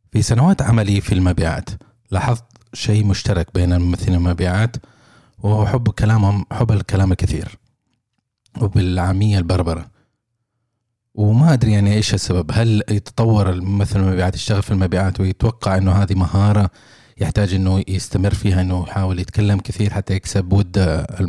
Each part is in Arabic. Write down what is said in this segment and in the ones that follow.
في سنوات عملي في المبيعات لاحظت شيء مشترك بين ممثلين المبيعات، وهو حب الكلام الكثير وبالعامية البربرة. وما أدري يعني إيش السبب. هل يتطور الممثل المبيعات يشتغل في المبيعات ويتوقع أنه هذه مهارة يحتاج أنه يستمر فيها، أنه يحاول يتكلم كثير حتى يكسب ود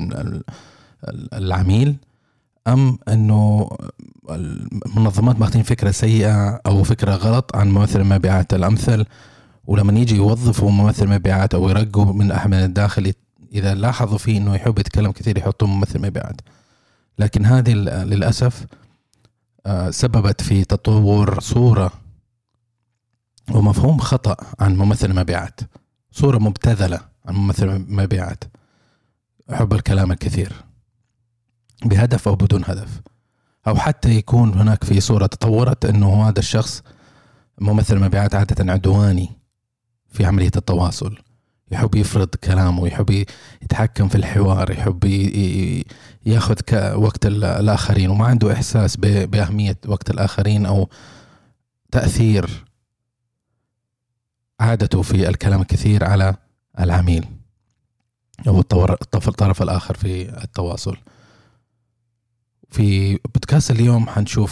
العميل، أم أنه المنظمات ماخذين فكرة سيئة أو فكرة غلط عن ممثل المبيعات الأمثل، ولما يجي يوظفوا ممثل مبيعات أو يرقوا من أحد من الداخل إذا لاحظوا فيه أنه يحب يتكلم كثير يحطوا ممثل مبيعات. لكن هذه للأسف سببت في تطور صورة ومفهوم خطأ عن ممثل مبيعات، صورة مبتذلة عن ممثل مبيعات، حب الكلام الكثير بهدف أو بدون هدف، أو حتى يكون هناك في صورة تطورت أنه هذا الشخص ممثل مبيعات عادة عدواني في عملية التواصل، يحب يفرض كلامه، يحب يتحكم في الحوار، يحب ياخذ وقت الآخرين، وما عنده إحساس بأهمية وقت الآخرين أو تأثير عادته في الكلام الكثير على العميل أو الطرف الآخر في التواصل. في بودكاست اليوم حنشوف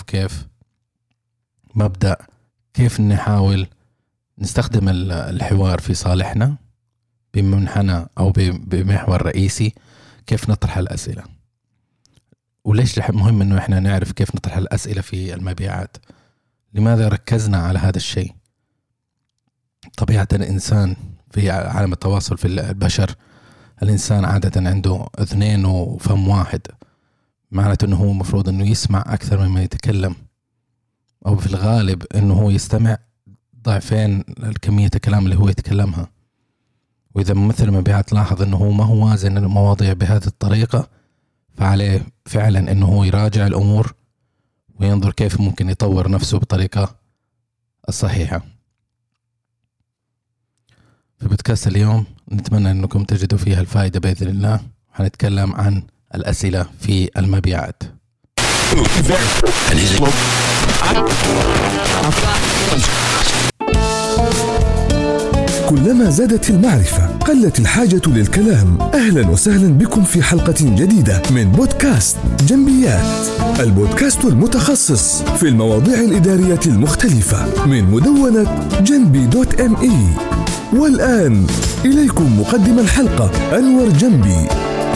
كيف نحاول نستخدم الحوار في صالحنا بمنحنى أو بمحور رئيسي، كيف نطرح الأسئلة، وليش مهم إنه إحنا نعرف كيف نطرح الأسئلة في المبيعات. لماذا ركزنا على هذا الشيء؟ طبيعة الإنسان في عالم التواصل في البشر، الإنسان عادة عنده أذنين وفم واحد، معناته إنه هو مفروض إنه يسمع أكثر مما يتكلم، أو في الغالب إنه هو يستمع ضعفين الكمية الكلام اللي هو يتكلمها. وإذا ممثل المبيعات لاحظ إنه هو ما هو وازن المواضيع بهذه الطريقة، فعليه فعلا إنه هو يراجع الأمور وينظر كيف ممكن يطور نفسه بطريقة الصحيحة. في بودكاست اليوم نتمنى أنكم تجدوا فيها الفائدة بإذن الله. هنتكلم عن الأسئلة في المبيعات. كلما زادت المعرفة قلت الحاجة للكلام. أهلا وسهلا بكم في حلقة جديدة من بودكاست جنبيات، البودكاست المتخصص في المواضيع الإدارية المختلفة من مدونة جنبي.me. والآن إليكم مقدم الحلقة أنور جنبي.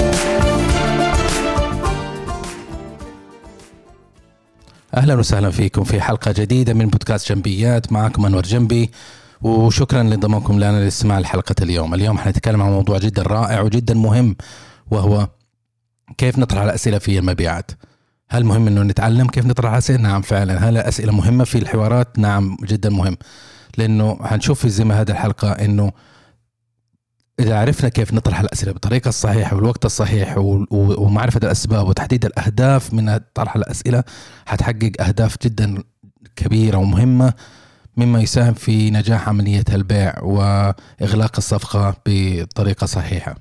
أهلا وسهلا فيكم في حلقة جديدة من بودكاست جنبيات. معكم أنور جنبي، وشكرا لانضمامكم لنا لاستماع الحلقة اليوم حنتكلم عن موضوع جدا رائع وجدا مهم، وهو كيف نطرح الأسئلة في المبيعات. هل مهم أنه نتعلم كيف نطرح الأسئلة؟ نعم فعلا. هل الأسئلة مهمة في الحوارات؟ نعم جدا مهم، لأنه هنشوف في زي ما هذه الحلقة أنه إذا عرفنا كيف نطرح الأسئلة بالطريقة الصحيحة والوقت الصحيح ومعرفة الأسباب وتحديد الأهداف من طرح الأسئلة، هتحقق أهداف جدا كبيرة ومهمة، مما يساهم في نجاح عملية البيع وإغلاق الصفقة بطريقة صحيحة.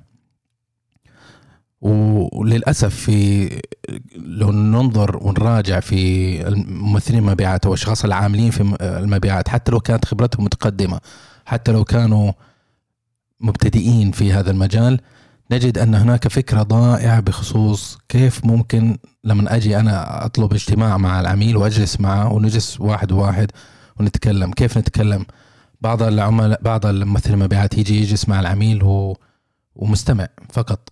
وللأسف لو ننظر ونراجع في الممثلين المبيعات أو الأشخاص العاملين في المبيعات، حتى لو كانت خبرتهم متقدمة، حتى لو كانوا مبتدئين في هذا المجال، نجد أن هناك فكرة ضائعة بخصوص كيف ممكن لما أجي أنا أطلب اجتماع مع العميل وأجلس معه ونجلس واحد ونتكلم. كيف نتكلم؟ بعض العملاء، بعض الممثلين المبيعات يجلس مع العميل ومستمع فقط.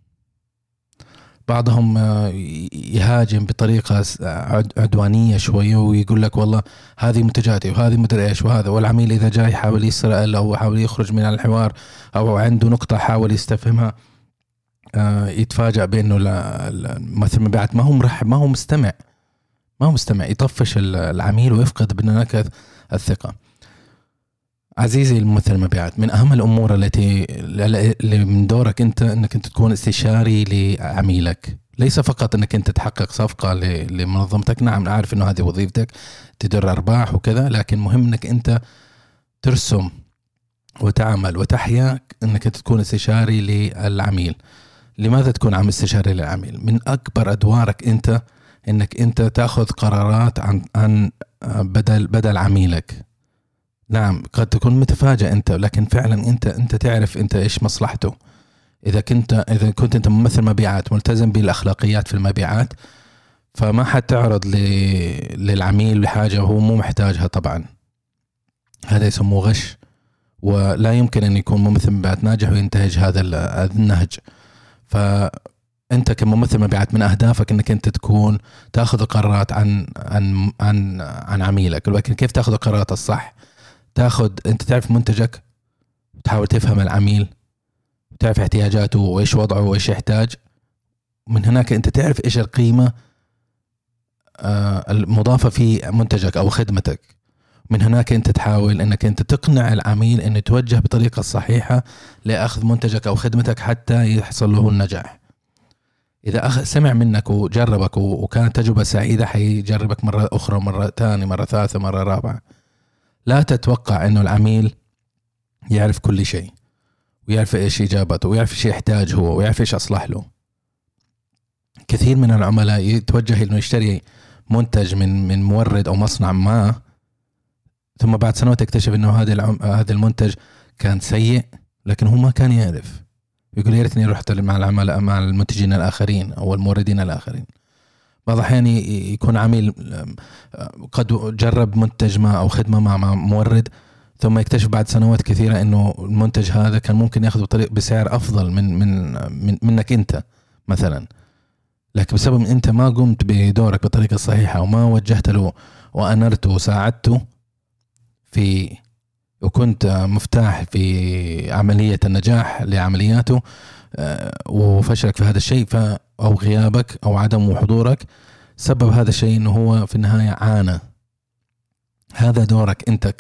بعضهم يهاجم بطريقة عدوانية شوية ويقول لك والله هذه منتجاتي وهذه مدري ايش وهذا، والعميل إذا جاي يحاول يسرق أو يحاول يخرج من الحوار أو عنده نقطة حاول يستفهمها، يتفاجأ بأنه الممثل المبيعات ما هو مرحب، ما هو مستمع، يطفش العميل ويفقد بهناك الثقة. عزيزي الممثل المبيعات، من أهم الأمور اللي من دورك أنك أنت تكون استشاري لعميلك، ليس فقط أنك أنت تحقق صفقة لمنظمتك. نعم أعرف أنه هذه وظيفتك، تدر أرباح وكذا، لكن مهم أنك أنت ترسم وتعمل وتحيا أنك تكون استشاري للعميل. لماذا تكون استشاري للعميل؟ من أكبر أدوارك أنت أنك أنت تأخذ قرارات عن بدل عميلك. نعم قد تكون متفاجئ انت، لكن فعلا انت تعرف انت ايش مصلحته. اذا كنت انت ممثل مبيعات ملتزم بالاخلاقيات في المبيعات، فما حتعرض للعميل لحاجة هو مو محتاجها. طبعا هذا يسموه غش، ولا يمكن أن يكون ممثل مبيعات ناجح وينتهج هذا النهج. فأنت كممثل مبيعات من أهدافك أنك أنت تكون تأخذ قرارات عن عميلك. ولكن كيف تأخذ القرارات الصح؟ أنت تعرف منتجك، تحاول تفهم العميل، تعرف احتياجاته وإيش وضعه وإيش يحتاج. من هناك أنت تعرف إيش القيمة المضافة في منتجك أو خدمتك. من هناك أنت تحاول أنك أنت تقنع العميل أن يتوجه بطريقة صحيحة لأخذ منتجك أو خدمتك حتى يحصل له النجاح. إذا سمع منك وجربك وكانت تجربة سعيدة، حيجربك مرة أخرى، مرة ثانية، مرة ثالثة، مرة رابعة. لا تتوقع أنه العميل يعرف كل شيء ويعرف إيش إجابته ويعرف إيش يحتاج هو ويعرف إيش أصلح له. كثير من العملاء يتوجه إنه يشتري منتج من مورد أو مصنع ما، ثم بعد سنوات يكتشف إنه هذا المنتج كان سيء، لكن هو ما كان يعرف. يقول يا ريتني رحت مع العملاء مع المنتجين الآخرين أو الموردين الآخرين. بعض الأحيان يكون عميل قد جرب منتج ما أو خدمة مع مورد، ثم يكتشف بعد سنوات كثيرة إنه المنتج هذا كان ممكن يأخذه بسعر أفضل منك أنت مثلا. لكن بسبب أنت ما قمت بدورك بطريقة صحيحة وما وجهت له وأنرته وساعدته وكنت مفتاح في عملية النجاح لعملياته، وفشلك في هذا الشيء أو غيابك أو عدم حضورك سبب هذا الشيء إنه هو في النهاية عانى. هذا دورك أنت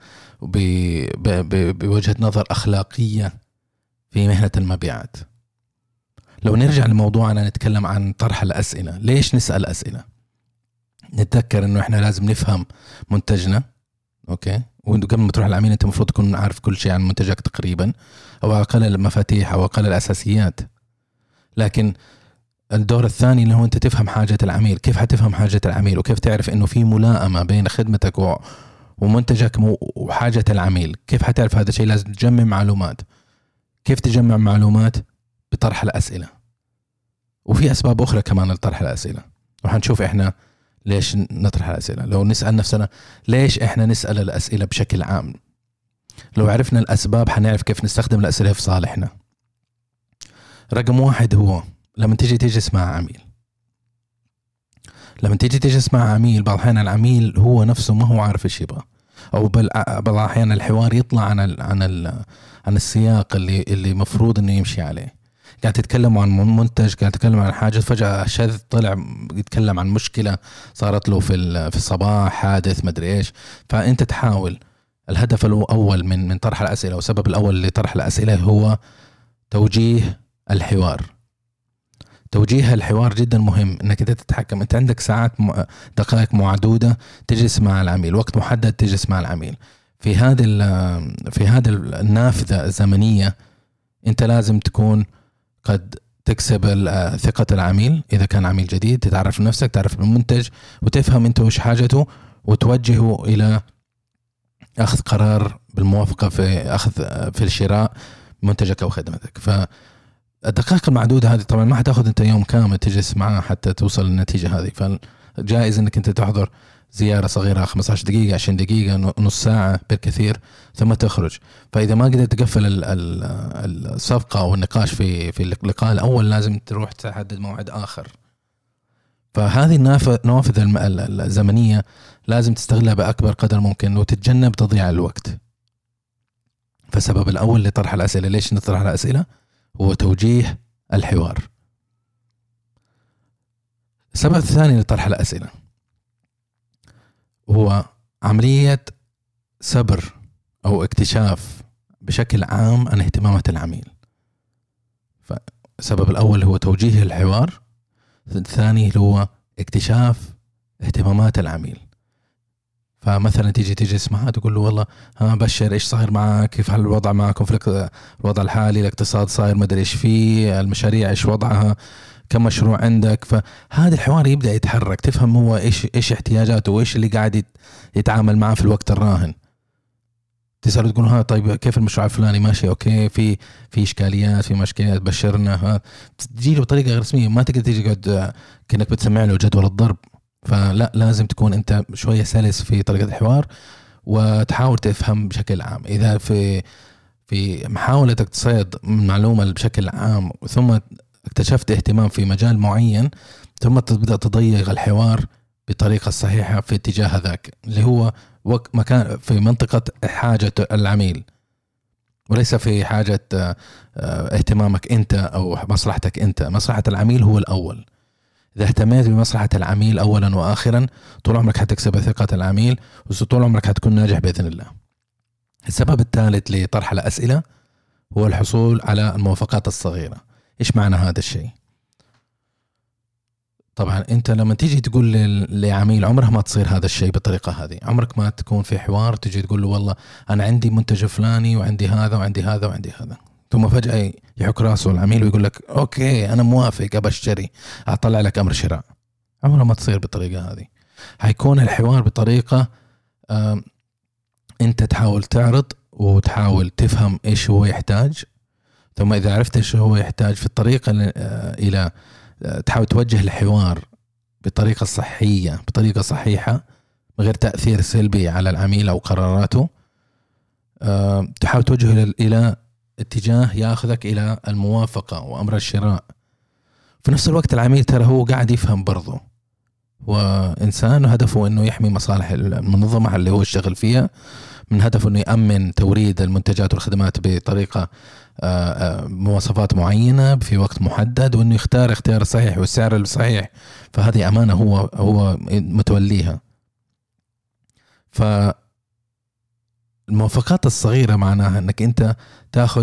بوجهة نظر أخلاقية في مهنة المبيعات. لو نرجع لموضوعنا نتكلم عن طرح الأسئلة. ليش نسأل أسئلة؟ نتذكر إنه إحنا لازم نفهم منتجنا، أوكي؟ وقبل ما تروح العميل أنت مفروض تكون عارف كل شيء عن منتجك تقريبا، أو أقل المفاتيح أو أقل الأساسيات. لكن الدور الثاني اللي هو أنت تفهم حاجة العميل. كيف حتفهم حاجة العميل؟ وكيف تعرف إنه في ملائمة بين خدمتك ومنتجك وحاجة العميل؟ كيف حتعرف هذا الشيء؟ لازم تجمع معلومات. كيف تجمع معلومات؟ بطرح الأسئلة. وفي أسباب أخرى كمان لطرح الأسئلة، وحنشوف إحنا ليش نطرح الأسئلة. لو نسأل نفسنا ليش إحنا نسأل الأسئلة بشكل عام، لو عرفنا الأسباب حنعرف كيف نستخدم الأسئلة في صالحنا. رقم واحد هو لما تجلس مع عميل. لما تجلس مع عميل بعض الأحيان العميل هو نفسه ما هو عارف إيش يبغى، أو بعض الأحيان الحوار يطلع عن السياق اللي مفروض إنه يمشي عليه. قاعد تتكلم عن منتج، قاعد تتكلم عن حاجة، فجأة شذ طلع يتكلم عن مشكلة صارت له في الصباح، حادث مدري إيش. فأنت تحاول. الهدف الأول من طرح الأسئلة والسبب الأول لطرح الأسئلة هو توجيه الحوار. توجيه الحوار جدا مهم، انك انت تتحكم. انت عندك ساعات دقائق معدودة تجلس مع العميل، وقت محدد تجلس مع العميل. في هذه النافذة الزمنية انت لازم تكون قد تكسب ثقة العميل. اذا كان عميل جديد تتعرف نفسك، تعرف المنتج، وتفهم انت وش حاجته، وتوجهه الى اخذ قرار بالموافقة في الشراء منتجك او خدمتك. الدقائق المعدودة هذه طبعا ما حتاخذ انت يوم كامل تجلس معه حتى توصل للنتيجة هذه. فجائز انك انت تحضر زيارة صغيرة 15 دقيقة 20 دقيقة نص ساعة بالكثير ثم تخرج. فإذا ما قدرت تقفل الصفقة أو النقاش في اللقاء الأول لازم تروح تحدد موعد آخر. فهذه النوافذ الزمنية لازم تستغلها بأكبر قدر ممكن وتتجنب تضييع الوقت. فالسبب الأول لطرح الأسئلة، ليش نطرح الأسئلة؟ هو توجيه الحوار. السبب الثاني لطرح الأسئلة هو عملية سبر أو اكتشاف بشكل عام عن اهتمامات العميل. فالسبب الأول هو توجيه الحوار، الثاني هو اكتشاف اهتمامات العميل. فمثلا تيجي تجلس معه تقول له والله بشر ايش صاير معك، كيف الوضع معكم في الوضع الحالي، الاقتصاد صاير مدري ايش فيه، المشاريع ايش وضعها، كم مشروع عندك. فهذا الحوار يبدأ يتحرك، تفهم هو ايش احتياجاته وايش اللي قاعد يتعامل معه في الوقت الراهن. تسأله تقول ها طيب كيف المشروع الفلاني ماشي أوكي، في إشكاليات، في مشكلات، بشرنا. ها تجي له بطريقة رسمية، ما تقدر تيجي قد كأنك بتسمع له جدول الضرب. فلا، لازم تكون أنت شوية سلس في طريقة الحوار، وتحاول تفهم بشكل عام. إذا في محاولتك تصيد معلومة بشكل عام ثم اكتشفت اهتمام في مجال معين، ثم تبدأ تضيق الحوار بطريقة صحيحة في اتجاه ذاك اللي هو مكان في منطقة حاجة العميل، وليس في حاجة اهتمامك أنت أو مصلحتك أنت. مصلحة العميل هو الأول. إذا اهتميت بمصلحة العميل أولا وآخرا، طول عمرك حتكسب ثقة العميل، وطول عمرك حتكون ناجح بإذن الله. السبب الثالث لطرح الأسئلة هو الحصول على الموافقات الصغيرة. إيش معنى هذا الشيء؟ طبعا أنت لما تيجي تقول لعميل، عمرها ما تصير هذا الشيء بالطريقة هذه. عمرك ما تكون في حوار تيجي تقول له والله أنا عندي منتج فلاني وعندي هذا وعندي هذا وعندي هذا، ثم فجأة يحك راسه العميل ويقول لك أوكي أنا موافق أبى أشتري، أطلع لك أمر شراء. عمرها ما تصير بالطريقة هذه. هيكون الحوار بطريقة أنت تحاول تعرض وتحاول تفهم إيش هو يحتاج، ثم إذا عرفت إيش هو يحتاج في الطريقة إلى تحاول توجه الحوار بطريقة صحية، بطريقة صحيحة، من غير تأثير سلبي على العميل أو قراراته. تحاول توجه إلى اتجاه يأخذك إلى الموافقة وأمر الشراء. في نفس الوقت العميل ترى هو قاعد يفهم برضه، وإنسان هدفه إنه يحمي مصالح المنظمة اللي هو يشتغل فيها، من هدفه إنه يأمن توريد المنتجات والخدمات بطريقة مواصفات معينة في وقت محدد، وإنه يختار اختيار صحيح والسعر الصحيح. فهذه أمانة هو متوليها. فالموافقات الصغيرة معناها أنك أنت تأخذ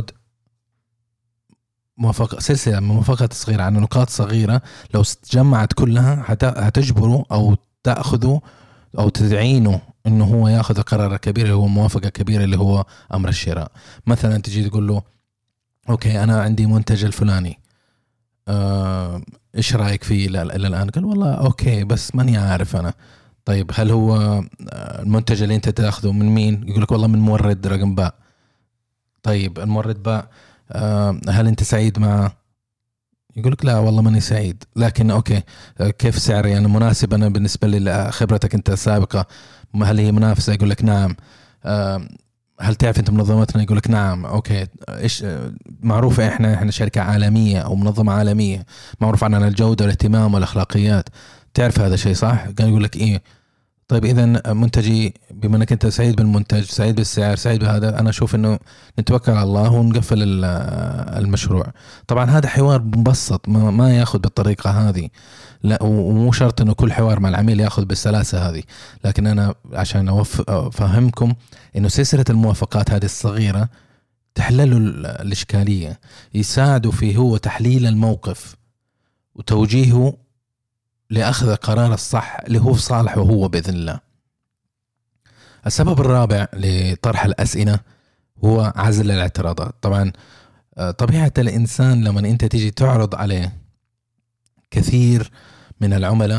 سلسلة من موافقات صغيرة عن نقاط صغيرة، لو تجمعت كلها هتجبره أو تأخذه أو تدعينه إنه هو يأخذ القرار الكبير اللي هو موافقة كبيرة اللي هو أمر الشراء. مثلا تجي تقول له أوكي أنا عندي منتج الفلاني، إيش رأيك فيه إلى الآن؟ قال والله أوكي بس ماني عارف أنا. طيب هل هو المنتج اللي أنت تأخذه من مين؟ يقول لك والله من مورد رقم باء. طيب المورد باء هل أنت سعيد معه؟ يقول لك لا والله ماني سعيد، لكن أوكي كيف سعر يعني مناسب أنا بالنسبة لخبرتك أنت السابقة؟ هل هي منافسة؟ يقول لك نعم. هل تعرف أنت منظمتنا؟ يقول لك نعم. أوكي إيش معروفة إحنا شركة عالمية أو منظمة عالمية، معروف عننا الجودة والاهتمام والأخلاقيات، تعرف هذا الشيء صح؟ قال يقول لك إيه. طيب إذا منتجي بما أنك أنت سعيد بالمنتج، سعيد بالسعر، سعيد بهذا، أنا أشوف إنه نتوكل على الله ونقفل المشروع. طبعا هذا حوار مبسط، ما يأخذ بالطريقة هذه، لا، ومو شرط إنه كل حوار مع العميل يأخذ بالسلاسة هذه. لكن أنا عشان أفهمكم إنه سلسلة الموافقات هذه الصغيرة تحللوا الإشكالية، يساعدوا في هو تحليل الموقف وتوجيهه لأخذ القرار الصح اللي هو في صالحه هو بإذن الله. السبب الرابع لطرح الأسئلة هو عزل الاعتراضات. طبعا طبيعة الإنسان لما أنت تيجي تعرض عليه كثير من العملاء،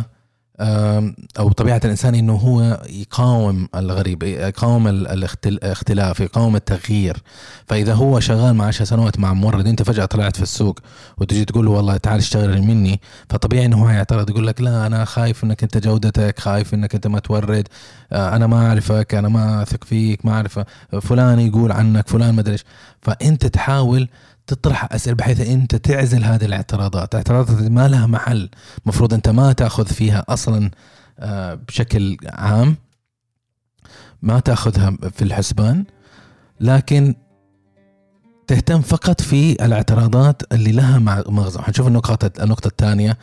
أو طبيعة الإنسان إنه هو يقاوم الغريب، يقاوم الاختلاف، يقاوم التغيير. فإذا هو شغال مع 10 سنوات مع مورد، أنت فجأة طلعت في السوق وتجي تقول له والله تعال اشتغل مني، فطبيعي إنه هو يعترض، يقول لك لا أنا خايف إنك أنت جودتك، خايف إنك أنت ما تورد، أنا ما أعرفك، أنا ما أثق فيك، ما أعرف فلان يقول عنك، فلان ما أدري إيش. فأنت تحاول تطرح أسئلة بحيث أنت تعزل هذه الاعتراضات ما لها محل، مفروض أنت ما تأخذ فيها أصلا بشكل عام، ما تأخذها في الحسبان، لكن تهتم فقط في الاعتراضات اللي لها مغزى. هنشوف النقطة الثانية،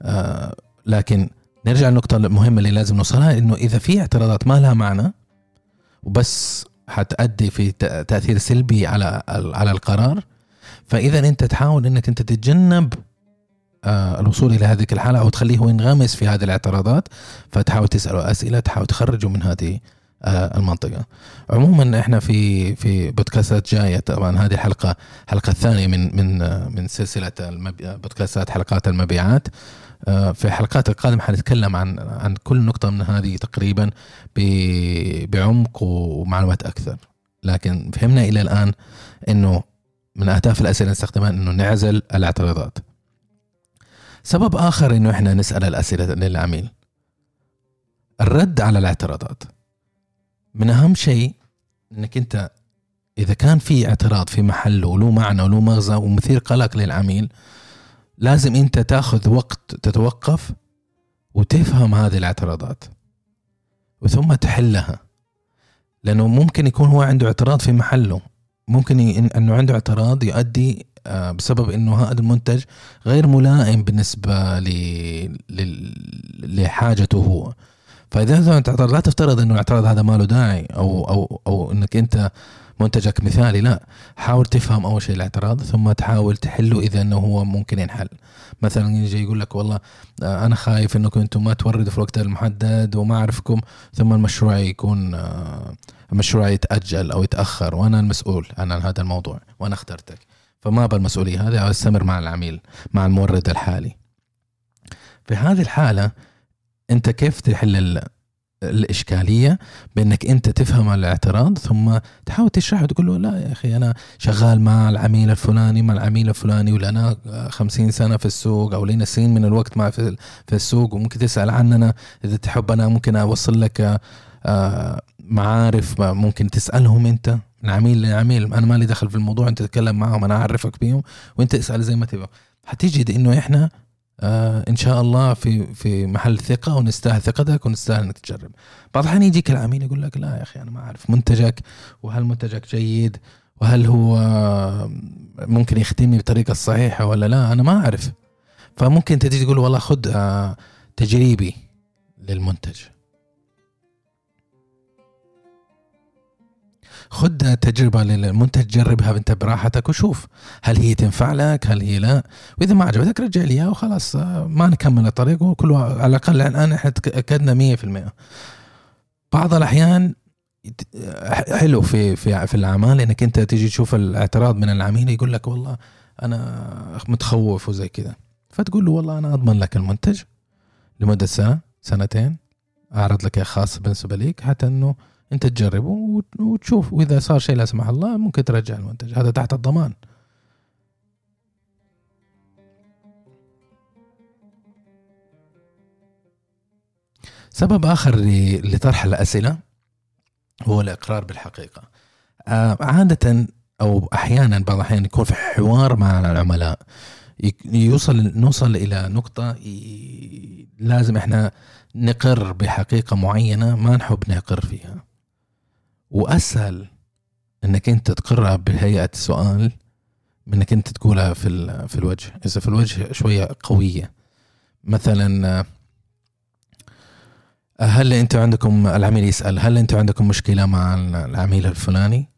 لكن نرجع للنقطة المهمة اللي لازم نوصلها، إنه إذا في اعتراضات ما لها معنى وبس هتؤدي في تأثير سلبي على القرار، فإذا أنت تحاول أنك أنت تتجنب الوصول إلى هذه الحالة، أو تخليه هو ينغمس في هذه الاعتراضات، فتحاول تسأله أسئلة تحاول تخرجه من هذه المنطقة. عموما إحنا في بودكاستات جاية، طبعا هذه الحلقة الثانية من سلسلة بودكاستات حلقات المبيعات. في الحلقات القادمة حنتكلم عن كل نقطة من هذه تقريبا بعمق ومعلومات أكثر. لكن فهمنا إلى الآن إنه من أهداف الأسئلة نستخدمها إنه نعزل الاعتراضات. سبب آخر إنه إحنا نسأل الأسئلة للعميل، الرد على الاعتراضات. من أهم شيء إنك أنت إذا كان في اعتراض في محله وله معنى وله مغزى ومثير قلق للعميل، لازم أنت تأخذ وقت تتوقف وتفهم هذه الاعتراضات وثم تحلها. لأنه ممكن يكون هو عنده اعتراض في محله، ممكن أنه عنده اعتراض يؤدي بسبب أنه هذا المنتج غير ملائم بالنسبة لحاجته هو. فإذا أنت لا تفترض أنه الاعتراض هذا ما له داعي أو أنك أنت منتجك مثالي، لا، حاول تفهم أول شيء الاعتراض ثم تحاول تحله إذا أنه هو ممكن ينحل. مثلا يجي يقول لك والله أنا خايف أنكم أنتم ما توردوا في الوقت المحدد وما أعرفكم، ثم المشروع يكون المشروع يتأجل أو يتأخر وأنا المسؤول عن هذا الموضوع وأنا اخترتك، فما بالمسؤولية هذه، أستمر مع العميل مع المورد الحالي. في هذه الحالة أنت كيف تحل الإشكالية؟ بأنك أنت تفهم الاعتراض ثم تحاول تشرح وتقول له لا يا أخي أنا شغال مع العميل الفلاني ولنا 50 سنة في السوق أو لنا سنين من الوقت مع في السوق، وممكن تسأل عننا إذا تحب أنا ممكن أوصل لك معارف ممكن تسألهم أنت العميل للعميل، أنا ما لي دخل في الموضوع، أنت تتكلم معهم أنا أعرفك بيهم وأنت اسأل زي ما تبغى. هتجد إنه إحنا إن شاء الله في محل ثقة ونستاهل ثقتك ونستاهل إنك تجرب. بعض الحين يجيك العميل يقول لك لا يا أخي أنا ما أعرف منتجك، وهل منتجك جيد وهل هو ممكن يخدمني بطريقة صحيحة ولا لا، أنا ما أعرف. فممكن تجي تقول والله خد تجريبي للمنتج، خد تجربة للمنتج، جربها انت براحتك وشوف هل هي تنفع لك هل هي لا، وإذا ما عجبتك رجع ليها وخلاص، ما نكمل الطريق وكله على الأقل الآن احنا تأكدنا 100%. بعض الأحيان حلو في الأعمال إنك أنت تيجي تشوف الاعتراض من العميل يقول لك والله أنا متخوف وزي كذا، فتقول له والله أنا أضمن لك المنتج لمدة سنة سنتين، أعرض لك خاص بالنسبة ليك حتى أنه أنت تجربه وتشوف، وإذا صار شيء لا سمح الله ممكن ترجع المنتج، هذا تحت الضمان. سبب آخر لطرح الأسئلة هو الإقرار بالحقيقة. عادة أو أحيانا بعض الأحيان يكون في حوار مع العملاء نوصل إلى نقطة لازم إحنا نقر بحقيقة معينة ما نحب نقر فيها، وأسهل إنك أنت تقرها بهيئة سؤال من إنك أنت تقولها في الوجه. إذا في الوجه شوية قوية، مثلا هل أنت عندكم، العميل يسأل هل أنت عندكم مشكلة مع العميل الفلاني،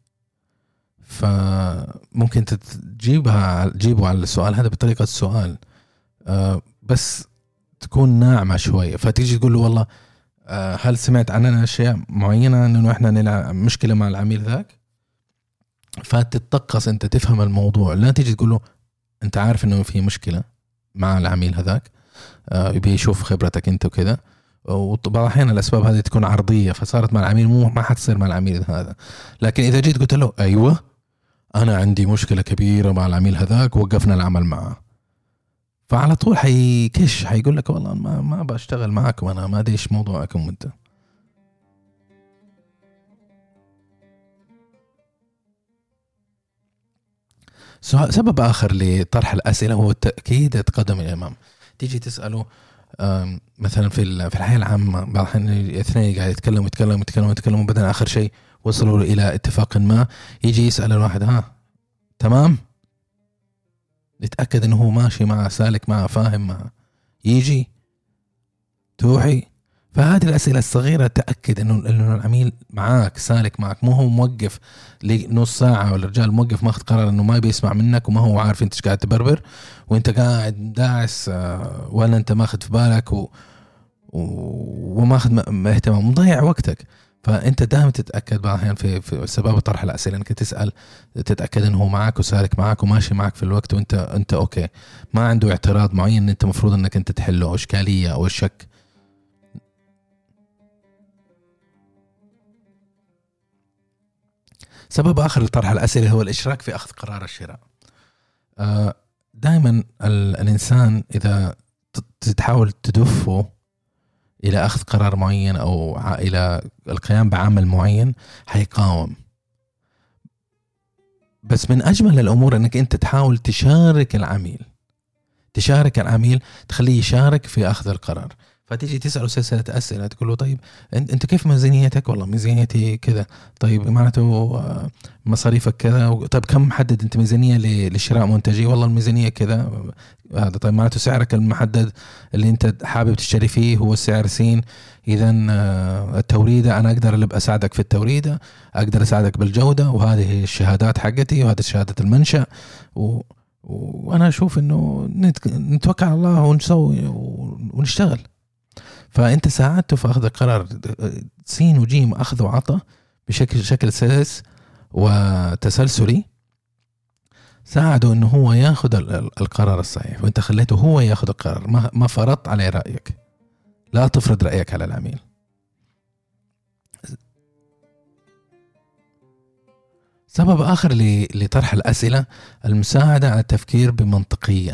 فممكن تجيبه على السؤال هذا بطريقة السؤال بس تكون ناعمة شوية. فتيجي تقول له والله هل سمعت عننا أشياء معينة أنه إحنا نلعب مشكلة مع العميل ذاك، فتتطقس أنت تفهم الموضوع. لا تيجي تقول له أنت عارف أنه في مشكلة مع العميل هذاك، يبي يشوف خبرتك أنت وكذا، وبعض الأحيان الأسباب هذه تكون عرضية فصارت مع العميل، ما حتصير مع العميل هذا. لكن إذا جيت قلت له أيوة أنا عندي مشكلة كبيرة مع العميل هذاك ووقفنا العمل معه، فعلى طول حيقول لك والله ما بشتغل معكم، أنا ما أدري إيش موضوعكم أنت. سبب آخر لطرح الأسئلة هو التأكيد قدم الإمام. تيجي تسأله مثلا في الحياة العامة بعض الحين اثنين قاعد يتكلموا وبعدين آخر شيء وصلوا إلى اتفاق ما، يجي يسأل الواحد تمام، يتأكد إنه هو ماشي معه سالك معه فاهم معه، يجي توحي. فهذه الأسئلة الصغيرة تأكد إنه العميل معاك سالك معك، مو هو موقف لنص ساعة ولا رجال موقف ماخذ قرار إنه ما بيسمع منك وما هو عارف أنت قاعد تبربر وأنت قاعد داعس ولا أنت ماخذ في بالك وماخذ اهتمام مضيع وقتك. فأنت دائما تتأكد بعض الأحيان في سبب طرح الأسئلة إنك تسأل تتأكد إنه هو معك وسالك معك وماشي معك في الوقت، وأنت أوكي ما عنده اعتراض معين أنت مفروض إنك أنت تحله أو إشكالية أو شك. سبب آخر لطرح الأسئلة هو الإشراك في أخذ قرار الشراء. دائما الإنسان إذا تحاول تدفه إلى أخذ قرار معين أو إلى القيام بعمل معين هيقاوم. بس من أجمل الأمور أنك أنت تحاول تشارك العميل تخليه يشارك في أخذ القرار. فتيجي تسأله سلسلة أسئلة، تقول له طيب أنت كيف ميزانيتك؟ والله ميزانيتي كذا. طيب معناته مصاريفك كذا. طيب كم محدد أنت ميزانية لشراء منتجي؟ والله الميزانية كذا. هذا طيب معناته سعرك المحدد اللي أنت حابب تشتري فيه هو السعر سين. إذا التوريدة أنا أقدر أساعدك في التوريدة، أقدر أساعدك بالجودة، وهذه الشهادات حقتي وهذه شهادة المنشأ. وأنا أشوف إنه نتوكل على الله ونسوي ونشتغل. فأنت ساعدته في أخذ القرار سين وجيم، أخذ وعطى بشكل سلس وتسلسلي. ساعده إنه هو يأخذ القرار الصحيح، وأنت خليته هو يأخذ القرار، ما فرضت عليه رأيك. لا تفرض رأيك على العميل. سبب آخر لطرح الأسئلة المساعدة على التفكير بمنطقية.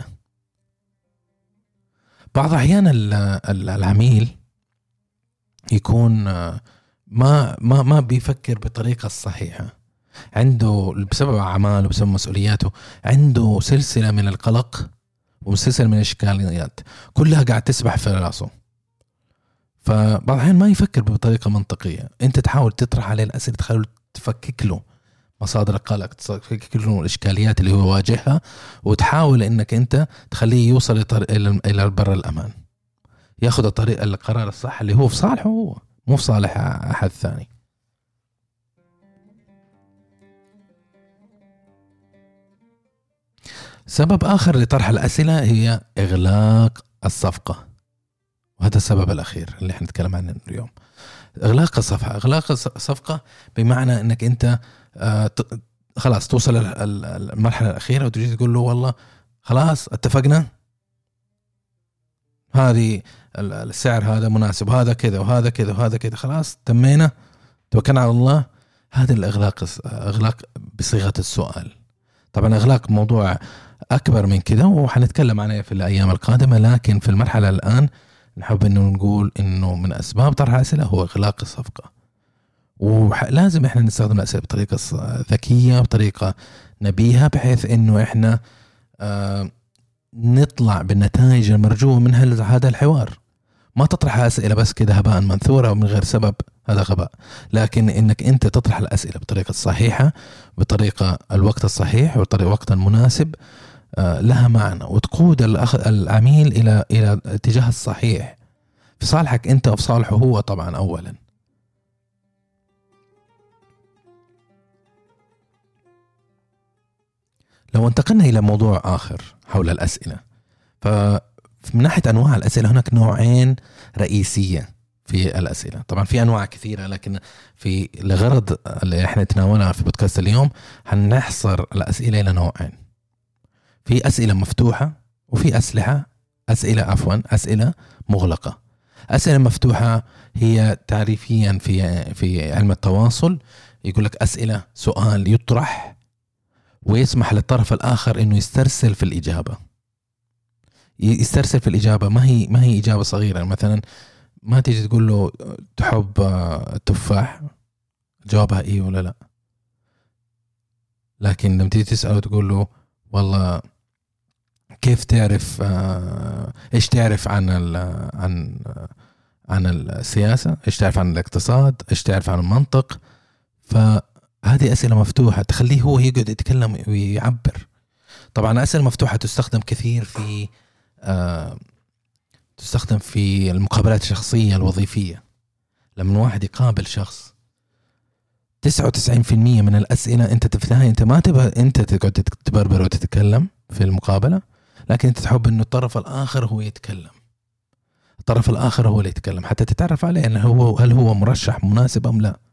بعض أحيان العميل يكون ما بيفكر بطريقة الصحيحة، عنده بسبب أعماله بسبب مسؤولياته عنده سلسلة من القلق وسلسلة من الإشكاليات كلها قاعد تسبح في راسه. فبعض الأحيان ما يفكر بطريقة منطقية. أنت تحاول تطرح عليه الأسئلة، تحاول تفكك له مصادر القلق، تفكك له الإشكاليات اللي هو واجهها، وتحاول إنك أنت تخليه يوصل إلى بر الأمان، يأخذ القرار الصح اللي هو في صالحه هو، مو في صالح أحد ثاني. سبب آخر لطرح الأسئلة هي إغلاق الصفقة، وهذا السبب الأخير اللي احنا نتكلم عنه اليوم. إغلاق الصفقة بمعنى أنك أنت خلاص توصل المرحلة الأخيرة وتجي تقول له والله خلاص اتفقنا، هذه السعر هذا مناسب، هذا كذا وهذا كذا وهذا كذا، خلاص تمينا توكلنا على الله. هذا إغلاق بصيغة السؤال. طبعا إغلاق موضوع أكبر من كذا وحنتكلم عنه في الأيام القادمة، لكن في المرحلة الآن نحب إنه نقول إنه من أسباب طرح الأسئلة هو إغلاق الصفقة. ولازم إحنا نستخدم الأسئلة بطريقة ذكية بطريقة نبيهة، بحيث إنه إحنا نطلع بالنتائج المرجوة من هذا الحوار. ما تطرح أسئلة بس كده هباء منثورة ومن غير سبب، هذا غباء. لكن إنك أنت تطرح الأسئلة بطريقة صحيحة، بطريقة الوقت الصحيح وبطريقة الوقت المناسب، لها معنى، وتقود العميل إلى الاتجاه الصحيح في صالحك أنت وفي صالحه هو طبعا أولا. لو انتقلنا إلى موضوع آخر حول الأسئلة، فمن ناحية أنواع الأسئلة هناك نوعين رئيسية في الأسئلة. طبعا في أنواع كثيرة، لكن في لغرض اللي احنا تناولناها في بودكاست اليوم هنحصر الأسئلة إلى نوعين. في أسئلة مفتوحة وفي أسئلة مغلقة. أسئلة مفتوحة هي تعريفيا في علم التواصل يقول لك أسئلة سؤال يطرح ويسمح للطرف الآخر إنه يسترسل في الإجابة. ما هي إجابة صغيرة. مثلا ما تيجي تقول له تحب تفاح، جوابها إيه ولا لا. لكن لما تيجي تسأله تقول له والله كيف تعرف إيش تعرف عن السياسة، إيش تعرف عن الاقتصاد، إيش تعرف عن المنطق. فهذه أسئلة مفتوحة تخليه هو يقعد يتكلم ويعبر. طبعا أسئلة مفتوحة تستخدم كثير تستخدم في المقابلات الشخصية الوظيفية. لما واحد يقابل شخص 99% من الأسئلة أنت تفتحها، أنت ما تبغى أنت تقعد تبربر وتتكلم في المقابلة، لكن أنت تحب أنه الطرف الآخر هو يتكلم، الطرف الآخر هو اللي يتكلم حتى تتعرف عليه أنه هل هو مرشح مناسب أم لا.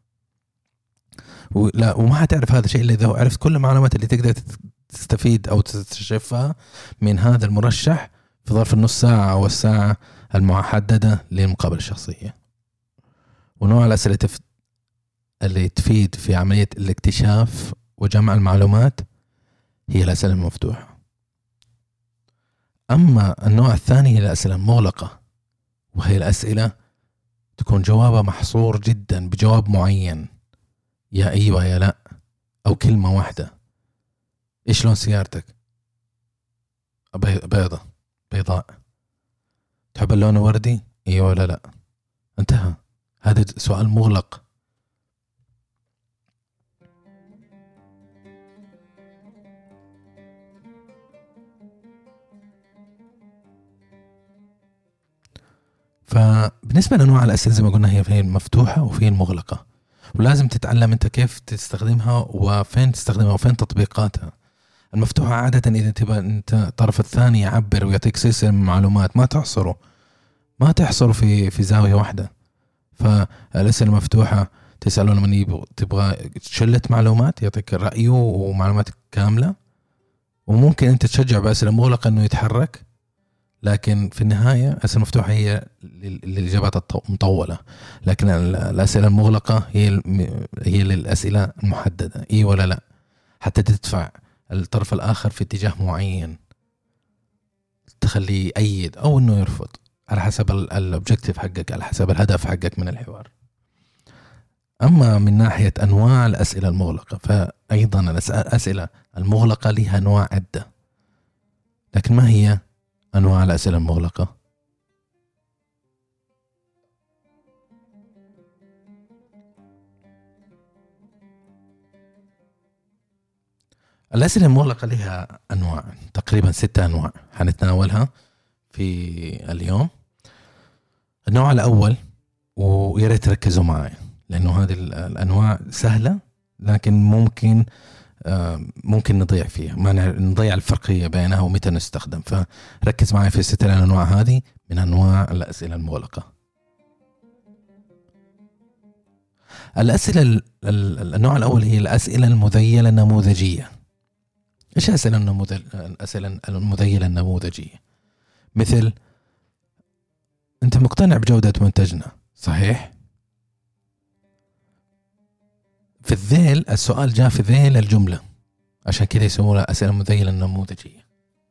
وما هتعرف هذا الشيء إلا إذا عرفت كل المعلومات اللي تقدر تستفيد أو تستشفها من هذا المرشح في ظرف النص ساعة أو الساعة المحددة للمقابلة الشخصية. ونوع الأسئلة اللي تفيد في عملية الاكتشاف وجمع المعلومات هي الأسئلة المفتوحة. أما النوع الثاني هي الأسئلة المغلقة، وهي الأسئلة تكون جوابها محصور جدا بجواب معين، يا أيوة يا لا، أو كلمة واحدة. إيش لون سيارتك؟ بيضاء. تحب اللون وردي؟ أيوة ولا لا؟ انتهى. هذا سؤال مغلق. فبالنسبة لأنواع الأسئلة زي ما قلنا هي المفتوحة وفي المغلقة، ولازم تتعلم أنت كيف تستخدمها وفين تستخدمها وفين تطبيقاتها. المفتوحة عادة إذا تبغى أنت الطرف الثاني يعبر ويعطيك سلسلة من معلومات ما تحصره في زاوية واحدة. فالأسئلة المفتوحة تسأله لما تبغى شلة معلومات يعطيك رأيه ومعلومات كاملة، وممكن أنت تشجع بأسئلة مغلقة أنه يتحرك، لكن في النهاية الأسئلة المفتوحة هي للإجابات المطولة، لكن الأسئلة المغلقة هي للأسئلة المحددة، إيه ولا لا، حتى تدفع الطرف الآخر في اتجاه معين، تخليه يأيد أو أنه يرفض على حسب الأوبجكتيف حقك، على حسب الهدف حقك من الحوار. أما من ناحية أنواع الأسئلة المغلقة، فأيضا الأسئلة المغلقة لها أنواع عدة. لكن ما هي أنواع الأسئلة المغلقة؟ الأسئلة المغلقة لها أنواع، تقريبا 6 أنواع حنتناولها في اليوم. النوع الأول، وياريت تركزوا معي لأنه هذه الأنواع سهلة لكن ممكن نضيع فيها، ما نضيع الفرقية بينها ومتى نستخدم. فركز معي في 6 الأنواع هذه من أنواع الأسئلة المغلقة. النوع الأول هي الأسئلة المذيلة النموذجية. إيش الأسئلة المذيلة النموذجية؟ مثل أنت مقتنع بجودة منتجنا صحيح؟ في الذيل السؤال جاء في ذيل الجملة، عشان كده يسمونها أسئلة مذيلة النموذجية.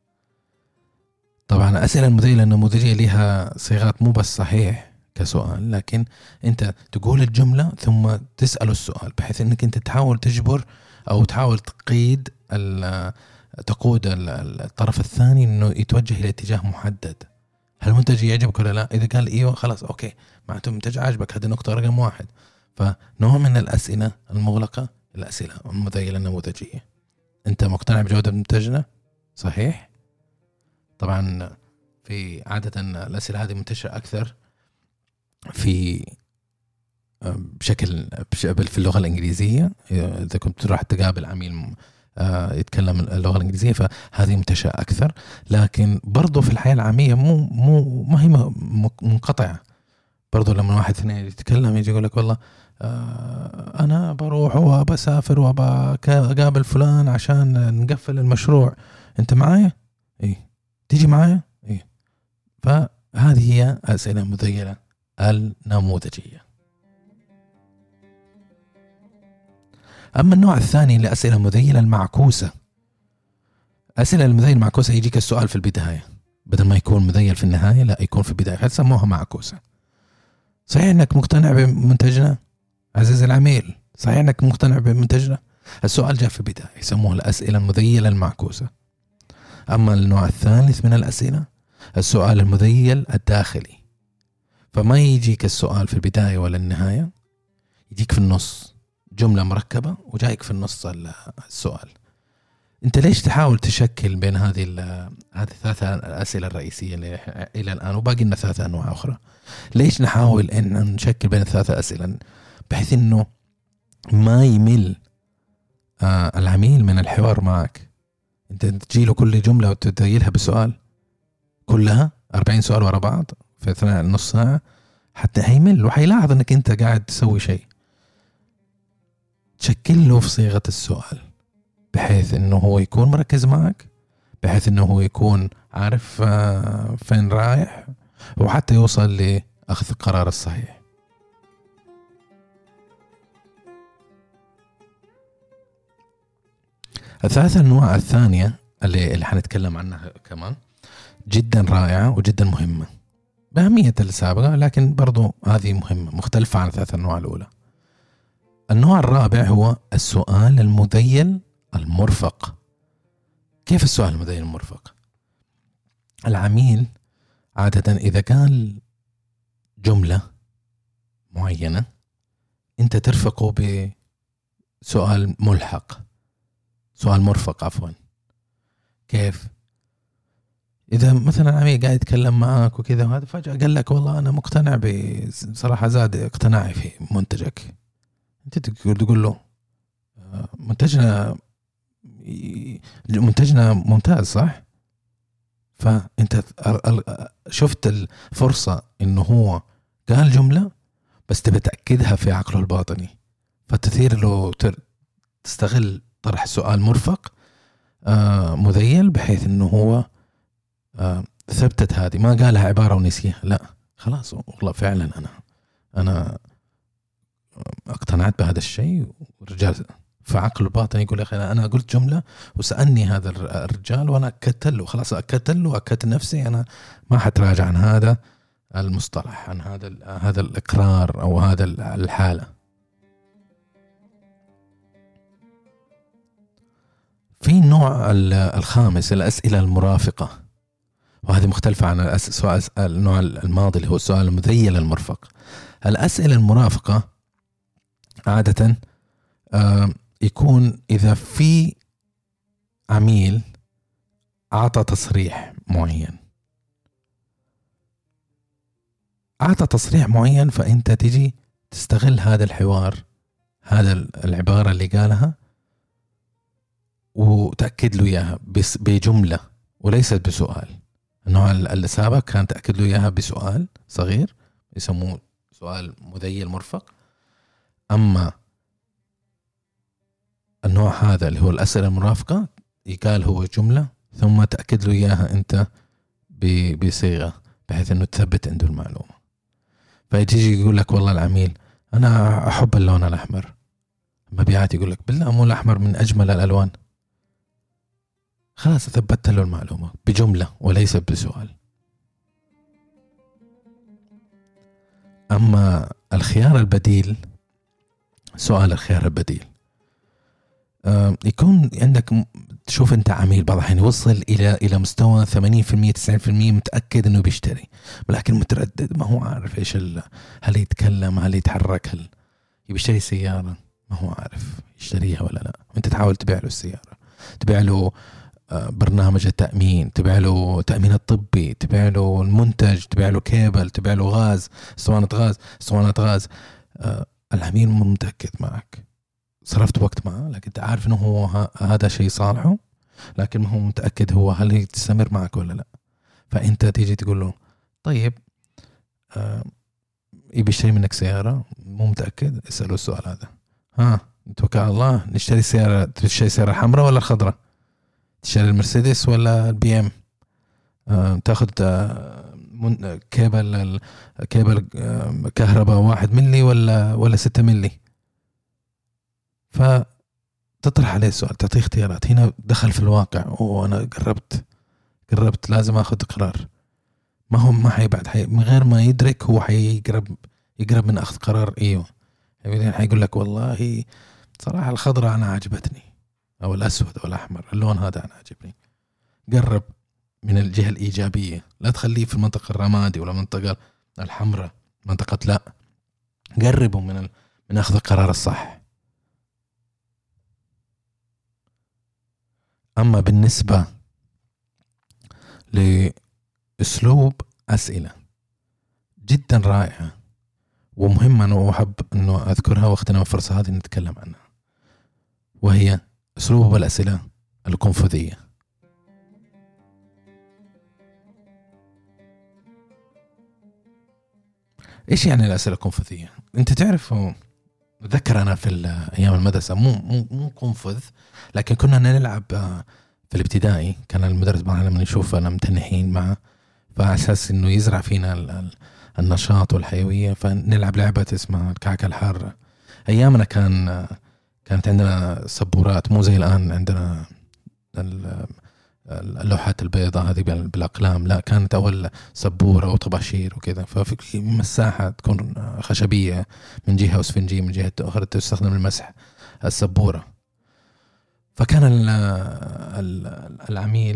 طبعا الأسئلة المذيلة النموذجية لها صيغات مو بس صحيح كسؤال، لكن أنت تقول الجملة ثم تسأل السؤال، بحيث أنك أنت تحاول تجبر أو تحاول تقود الطرف الثاني أنه يتوجه إلى اتجاه محدد. هل المنتج يعجبك ولا لا؟ إذا قال إيوه خلاص أوكي، معناته المنتج عجبك، هذه نقطة رقم 1. فنوع من الأسئلة المغلقة الأسئلة المذيلة النموذجية. أنت مقتنع بجودة منتجنا صحيح؟ طبعا في عادة الأسئلة هذه منتشرة أكثر في في اللغة الإنجليزية. إذا كنت تروح تقابل عميل يتكلم اللغة الإنجليزية فهذه منتشرة أكثر، لكن برضو في الحياة العامية ما هي منقطعة. برضو لما واحد اثنين يتكلم يجي يقول لك والله أنا بروح وبسافر وبقابل فلان عشان نقفل المشروع، أنت معايا؟ إيه. تيجي معايا؟ إيه. فهذه هي أسئلة مذيلة النموذجية. أما النوع الثاني لأسئلة مذيلة المعكوسة. أسئلة المذيلة المعكوسة يجيك السؤال في البداية بدل ما يكون مذيل في النهاية، لا يكون في البداية، فسموها معكوسة. صحيح أنك مقتنع بمنتجنا عزيز العميل؟ صحيح أنك مقتنع بمنتجنا؟ السؤال جاء في البداية، يسموه الأسئلة المذيلة المعكوسة. أما النوع الثالث من الأسئلة السؤال المذيل الداخلي، فما يجيك السؤال في البداية ولا النهاية، يجيك في النص، جملة مركبة وجايك في النص السؤال. أنت ليش تحاول تشكل بين هذه 3 الأسئلة الرئيسية إلى الآن، وباقي لنا 3 أنواع أخرى؟ ليش نحاول أن نشكل بين 3 أسئلة بحيث أنه ما يمل العميل من الحوار معك؟ أنت تجيله كل جملة وتديلها بسؤال، كلها 40 سؤال ورا بعض في أثناء نص ساعة، حتى هيمل وحيلاحظ أنك أنت قاعد تسوي شيء. تشكل له في صيغة السؤال بحيث أنه هو يكون مركز معك، بحيث أنه هو يكون عارف فين رايح، وحتى يوصل لأخذ القرار الصحيح. الثلاث أنواع الثانية اللي حنتكلم عنها كمان جدا رائعة وجدا مهمة بأهمية السابقة، لكن برضو هذه مهمة مختلفة عن الثلاث أنواع الأولى. النوع الرابع هو السؤال المذيل المرفق. كيف السؤال المذيل المرفق؟ العميل عادة إذا قال جملة معينة أنت ترفقه بسؤال ملحق، سؤال مرفق عفوا. كيف؟ إذا مثلا عميل قاعد يتكلم معك وكذا وهذا فجأة قال لك والله أنا مقتنع بصراحة، زاد اقتناعي في منتجك، أنت تقول له منتجنا ممتاز صح؟ فأنت شفت الفرصة إنه هو قال جملة بس تبي تأكدها في عقله الباطني، فتثير له تستغل طرح سؤال مرفق مذيل بحيث إنه هو ثبتت هذه، ما قالها عبارة ونسيها، لا خلاص والله فعلا أنا اقتنعت بهذا الشيء. والرجال في عقله الباطن يقول يا أخي أنا قلت جملة وسألني هذا الرجال وأنا أكدت له، خلاص أكدت نفسي، أنا ما حتراجع عن هذا المصطلح، عن هذا الإقرار أو هذا الحالة. في النوع الخامس الأسئلة المرافقة، وهذه مختلفة عن النوع الماضي اللي هو السؤال المذيل المرفق. الأسئلة المرافقة عادة يكون إذا في عميل أعطى تصريح معين، فأنت تيجي تستغل هذا الحوار، هذا العبارة اللي قالها وتأكد له إياها بجملة وليست بسؤال. النوع السابق كان تأكد له إياها بسؤال صغير يسموه سؤال مذيل مرفق. أما النوع هذا اللي هو الأسئلة المرافقة يقال هو جملة ثم تأكد له إياها أنت بصيغة بحيث أنه تثبت عنده المعلومة. فيجي يقول لك والله العميل أنا أحب اللون الأحمر، مبيعات يقول لك بالله مو الأحمر من أجمل الألوان، خلاص ثبت له المعلومة بجملة وليس بسؤال. أما الخيار البديل، سؤال الخيار البديل يكون عندك تشوف أنت عميل بعض الحين يوصل إلى مستوى 80% 90% متأكد أنه بيشتري، ولكن متردد، ما هو عارف إيش هل يتكلم، هل يتحرك، هل يشتري سيارة ما هو عارف يشتريها ولا لا. أنت تحاول تبيع له السيارة، تبيع له برنامج التأمين، تبيع له تأمين الطبي، تبيع له المنتج، تبيع له كيبل، تبيع له غاز، اسطوانة غاز. العميل مو متأكد معك، صرفت وقت معه لكن انت عارف انه هو هذا شيء صالحه، لكن ما هو متأكد هو هل يستمر معك ولا لا. فانت تيجي تقول له طيب يبي يشتري منك سيارة، مو متأكد، اسأله السؤال هذا، نتوكل على الله، نشتري سيارة، تشتري سيارة حمراء ولا خضراء، تشتري المرسيدس ولا البي ام، تاخذ كيبل كهرباء 1 ملي ولا 6 ملي. فتطرح عليه السؤال، تعطيه اختيارات. هنا دخل في الواقع، أنا قربت لازم أخذ قرار. ما حيبعد من غير ما يدرك، هو يقرب من أخذ قرار. أيوه يعني حيقول لك والله صراحة الخضراء أنا عجبتني، أو الأسود أو الأحمر، اللون هذا أنا عجبني. قرب من الجهة الإيجابية، لا تخليه في المنطقة الرمادي ولا منطقة الحمراء، منطقة لا، قربوا من أخذ القرار الصح. أما بالنسبة لأسلوب أسئلة جدا رائعة ومهمة، أنا أحب أنه أذكرها واختنا الفرصة هذه نتكلم عنها، وهي أسلوب الأسئلة القنفذية. إيش يعني الأسئلة القنفذية؟ أنت تعرف، ذكر أنا في أيام المدرسة مو قنفذ، لكن كنا نلعب في الابتدائي. كان المدرس معنا لما نشوفنا متنحين معه، فأساس إنه يزرع فينا النشاط والحيوية، فنلعب لعبة اسمها الكعكة الحارة. أيامنا كانت عندنا سبورات، مو زي الآن عندنا اللوحات البيضاء هذه بالأقلام، لا كانت أول سبورة وطباشير وكذا. ففي مساحة تكون خشبية من جهة واسفنجية من جهة أخرى تستخدم المسح السبورة. فكان العميل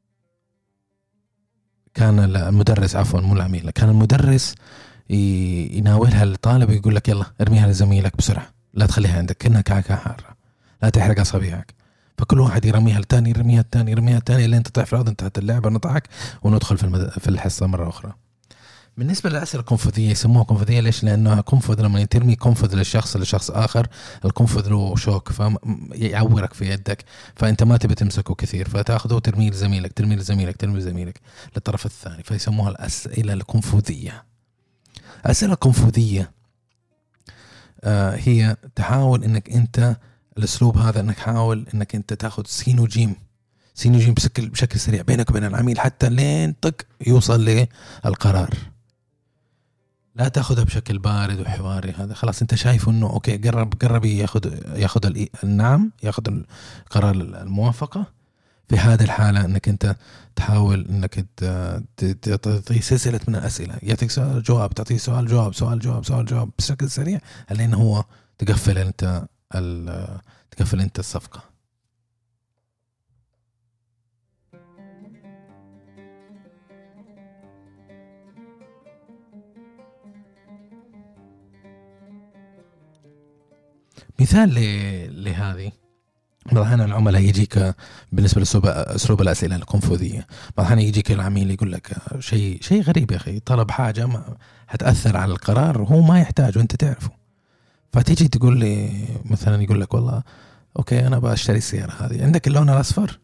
كان المدرس مو العميل، كان المدرس يناولها للطالب ويقول لك يلا ارميها لزميلك بسرعة، لا تخليها عندك كأنها كعكة حارة، لا تحرق أصابعك. فكل واحد يرميها الثاني يرميها الثاني يرميها الثاني لين تطيح في الأرض، انتهت اللعبة، نضحك وندخل في الحصة مرة أخرى. بالنسبة للأسئلة القنفذية يسموها قنفذية ليش؟ لأنها قنفذ لما ترمي قنفذ لشخص آخر، القنفذ له شوك فيعورك في يدك، فأنت ما تبي تمسكه كثير فتأخذه وترميه لزميلك ترمي لزميلك للطرف الثاني، فيسموها الأسئلة القنفذية. الأسئلة القنفذية هي تحاول إنك أنت الأسلوب هذا إنك حاول إنك أنت تأخذ سين وجيم بشكل سريع بينك وبين العميل حتى لين يوصل للقرار. لا تأخذها بشكل بارد وحواري، هذا خلاص أنت شايف إنه أوكي قرب يأخذ النعم، يأخذ القرار الموافقة. في هذه الحالة إنك أنت تحاول إنك تعطي سلسلة من الأسئلة، يعطيك سؤال جواب، تعطيه سؤال جواب بشكل سريع لين هو تقفل أنت الصفقة. مثال لهذه بعض العملاء يجيك بالنسبة لأسلوب الأسئلة القنفذية، بعض يجيك العميل يقول لك شيء غريب يا أخي، طلب حاجة ما هتأثر على القرار وهو ما يحتاج وأنت تعرفه. فتيجي تقول لي مثلا، يقول لك والله أوكي أنا بشتري السيارة هذه، عندك اللون الأصفر؟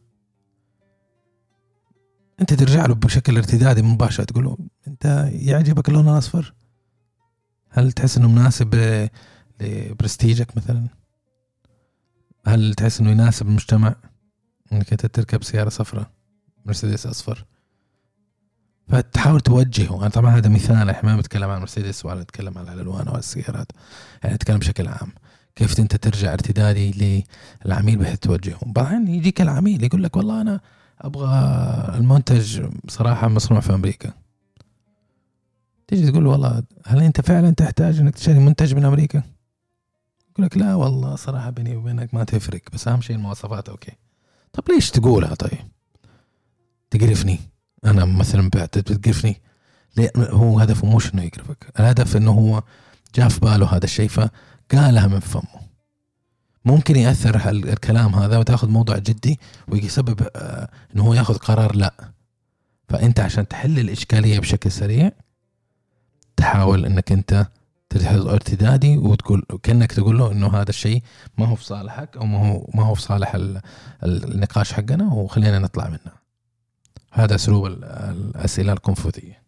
أنت ترجع له بشكل ارتدادي مباشر تقول له أنت يعجبك اللون الأصفر؟ هل تحس إنه مناسب لبرستيجك مثلا؟ هل تحس إنه يناسب المجتمع إنك أنت تركب سيارة صفراء، مرسيدس أصفر؟ فتحاول توجهه. أنا طبعا هذا مثال، إحنا ما بتكلم عن مرسيدس ولا نتكلم عن الألوان أو السيارات، يعني نتكلم بشكل عام كيف أنت ترجع ارتدادي للعميل بحيث توجهه. بعدين يجيك العميل يقول لك والله أنا أبغى المنتج صراحة مصنوع في أمريكا. تيجي تقول والله هل أنت فعلا تحتاج إنك تشتري منتج من أمريكا؟ يقول لك لا والله صراحة بيني وبينك ما تفرق، بس أهم شيء المواصفات. أوكي طب ليش تقولها؟ طيب تقرفني أنا مثلا بتقرفني ليه؟ هو هدفه مش إنه يقرفك، الهدف إنه هو جاء في باله هذا الشيء فقالها من فمه. ممكن يأثر الكلام هذا وتأخذ موضوع جدي ويسبب إنه هو يأخذ قرار لا. فأنت عشان تحل الإشكالية بشكل سريع تحاول إنك أنت تجهز ارتدادي وتقول كأنك تقول له إنه هذا الشيء ما هو في صالحك أو ما هو في صالح النقاش حقنا وخلينا نطلع منه. هذا أسلوب الأسئلة القنفذية.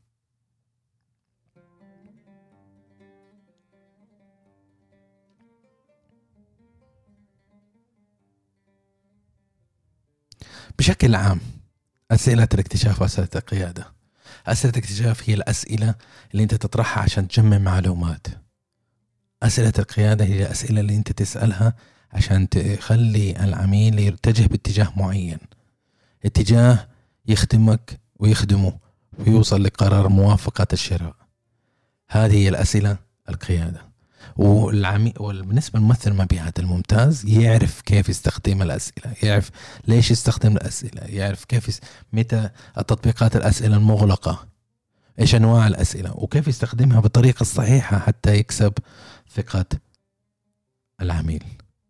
بشكل عام أسئلة الاكتشاف وأسئلة القيادة. أسئلة الاكتشاف هي الأسئلة اللي أنت تطرحها عشان تجمع معلومات. أسئلة القيادة هي الأسئلة اللي أنت تسألها عشان تخلي العميل يتجه باتجاه معين، اتجاه يخدمك ويخدمه ويوصل لقرار موافقة الشراء. هذه هي الأسئلة القيادة. وبالنسبة للممثل المبيعات الممتاز يعرف كيف يستخدم الأسئلة، يعرف ليش يستخدم الأسئلة، يعرف كيف متى التطبيقات الأسئلة المغلقة، إيش أنواع الأسئلة وكيف يستخدمها بالطريقة الصحيحة حتى يكسب ثقة العميل.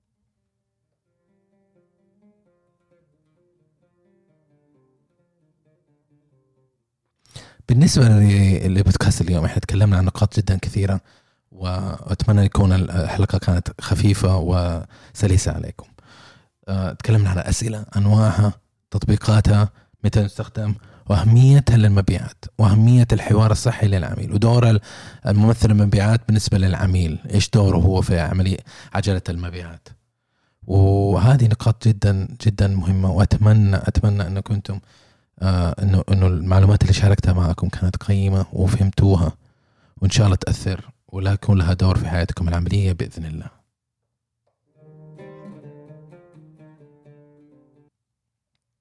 بالنسبة لبودكاست اليوم احنا تكلمنا عن نقاط جدا كثيرة، وأتمنى يكون الحلقة كانت خفيفة وسلسة عليكم. تكلمنا عن أسئلة، أنواعها، تطبيقاتها، متى نستخدم، وأهميتها للمبيعات، وأهمية الحوار الصحي للعميل، ودور الممثل المبيعات بالنسبة للعميل، إيش دوره هو في عملية عجلة المبيعات. وهذه نقاط جدا جدا مهمة، وأتمنى أن كنتم إنه المعلومات اللي شاركتها معكم كانت قيمة وفهمتوها، وإن شاء الله تأثر ولا يكون لها دور في حياتكم العملية بإذن الله.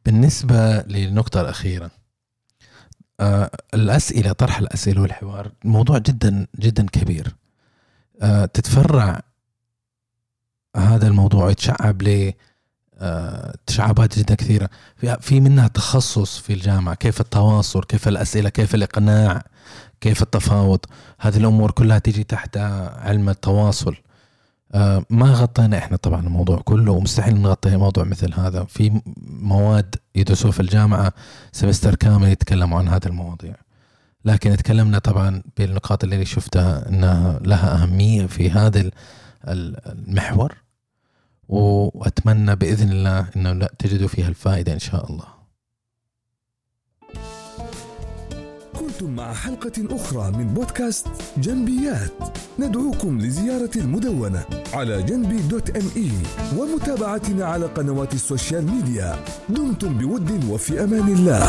بالنسبة للنقطة الأخيرة، الأسئلة، طرح الأسئلة والحوار موضوع جدا جدا كبير. تتفرع هذا الموضوع يتشعب تشعبات جدا كثيرة، في منها تخصص في الجامعة، كيف التواصل، كيف الأسئلة، كيف الإقناع، كيف التفاوض. هذه الأمور كلها تيجي تحت علم التواصل. ما غطينا إحنا طبعا الموضوع كله، ومستحيل نغطي موضوع مثل هذا. في مواد يدرسوها في الجامعة سمستر كامل يتكلموا عن هذه المواضيع، لكن تكلمنا طبعا بالنقاط اللي شفتها أنها لها أهمية في هذا المحور، وأتمنى بإذن الله أنه لا تجدوا فيها الفائدة إن شاء الله. كنتم مع حلقة أخرى من بودكاست جنبيات. ندعوكم لزيارة المدونة على جنبي.me ومتابعتنا على قنوات السوشيال ميديا. دمتم بود وفي أمان الله.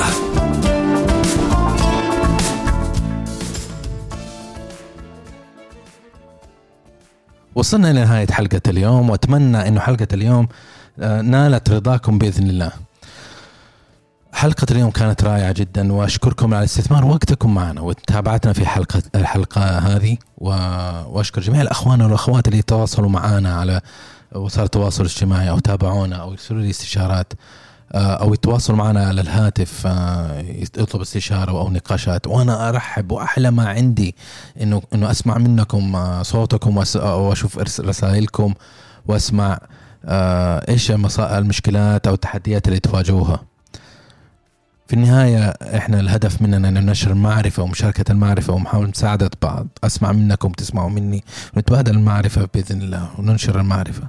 وصلنا إلى نهاية حلقة اليوم، وأتمنى أنه حلقة اليوم نالت رضاكم بإذن الله. حلقة اليوم كانت رائعة جدا، وأشكركم على استثمار وقتكم معنا وتابعتنا في الحلقة هذه، وأشكر جميع الأخوان والأخوات اللي تواصلوا معنا على وسائل التواصل الاجتماعي، أو تابعونا، أو يرسلوا لي استشارات، أو يتواصلوا معنا على الهاتف يطلب استشارة أو نقاشات. وأنا أرحب، وأحلى ما عندي إنه أسمع منكم صوتكم، وأشوف رسائلكم، وأسمع إيش المشكلات أو التحديات اللي تواجهوها. في النهاية إحنا الهدف مننا أن ننشر المعرفة ومشاركة المعرفة ومحاولة مساعدة بعض. أسمع منكم، تسمعوا مني، ونتبادل المعرفة بإذن الله وننشر المعرفة.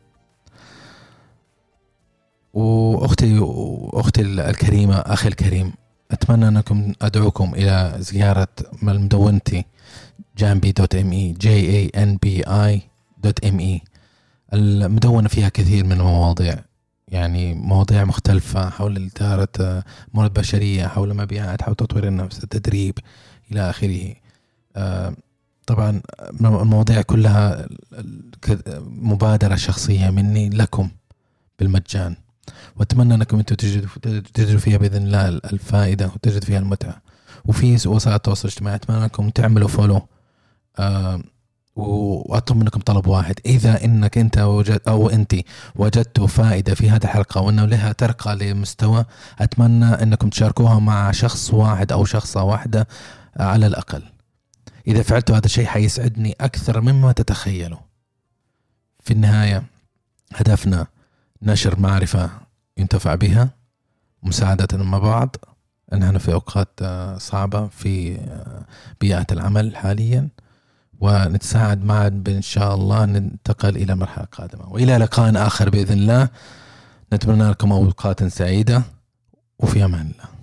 وأختي الكريمة، أخي الكريم، أتمنى أنكم أدعوكم إلى زيارة مدونتي janbi.me janbi.me. المدونة فيها كثير من المواضيع، يعني مواضيع مختلفة حول إدارة موارد بشرية، حول مبيعات، حول تطوير النفس، التدريب، إلى آخره. طبعا المواضيع كلها مبادرة شخصية مني لكم بالمجان، وأتمنى أنكم أنتم تجدوا فيها بإذن الله الفائدة وتجدوا فيها المتعة. وفي وسائل التواصل الاجتماعي أتمنى أنكم تعملوا فولو. وأطلب منكم طلب واحد: إذا إنك أنت أنت وجدتوا فائدة في هذه الحلقة وأنه لها ترقى لمستوى، أتمنى أنكم تشاركوها مع شخص واحد أو شخصة واحدة على الأقل. إذا فعلتوا هذا الشيء حيسعدني أكثر مما تتخيلوا. في النهاية هدفنا نشر معرفة ينتفع بها، مساعدة مع بعض. نحن في أوقات صعبة في بيئة العمل حاليا، ونتساعد معا إن شاء الله ننتقل إلى مرحلة قادمة. وإلى لقاء آخر بإذن الله. نتمنى لكم أوقات سعيدة، وفي أمان الله.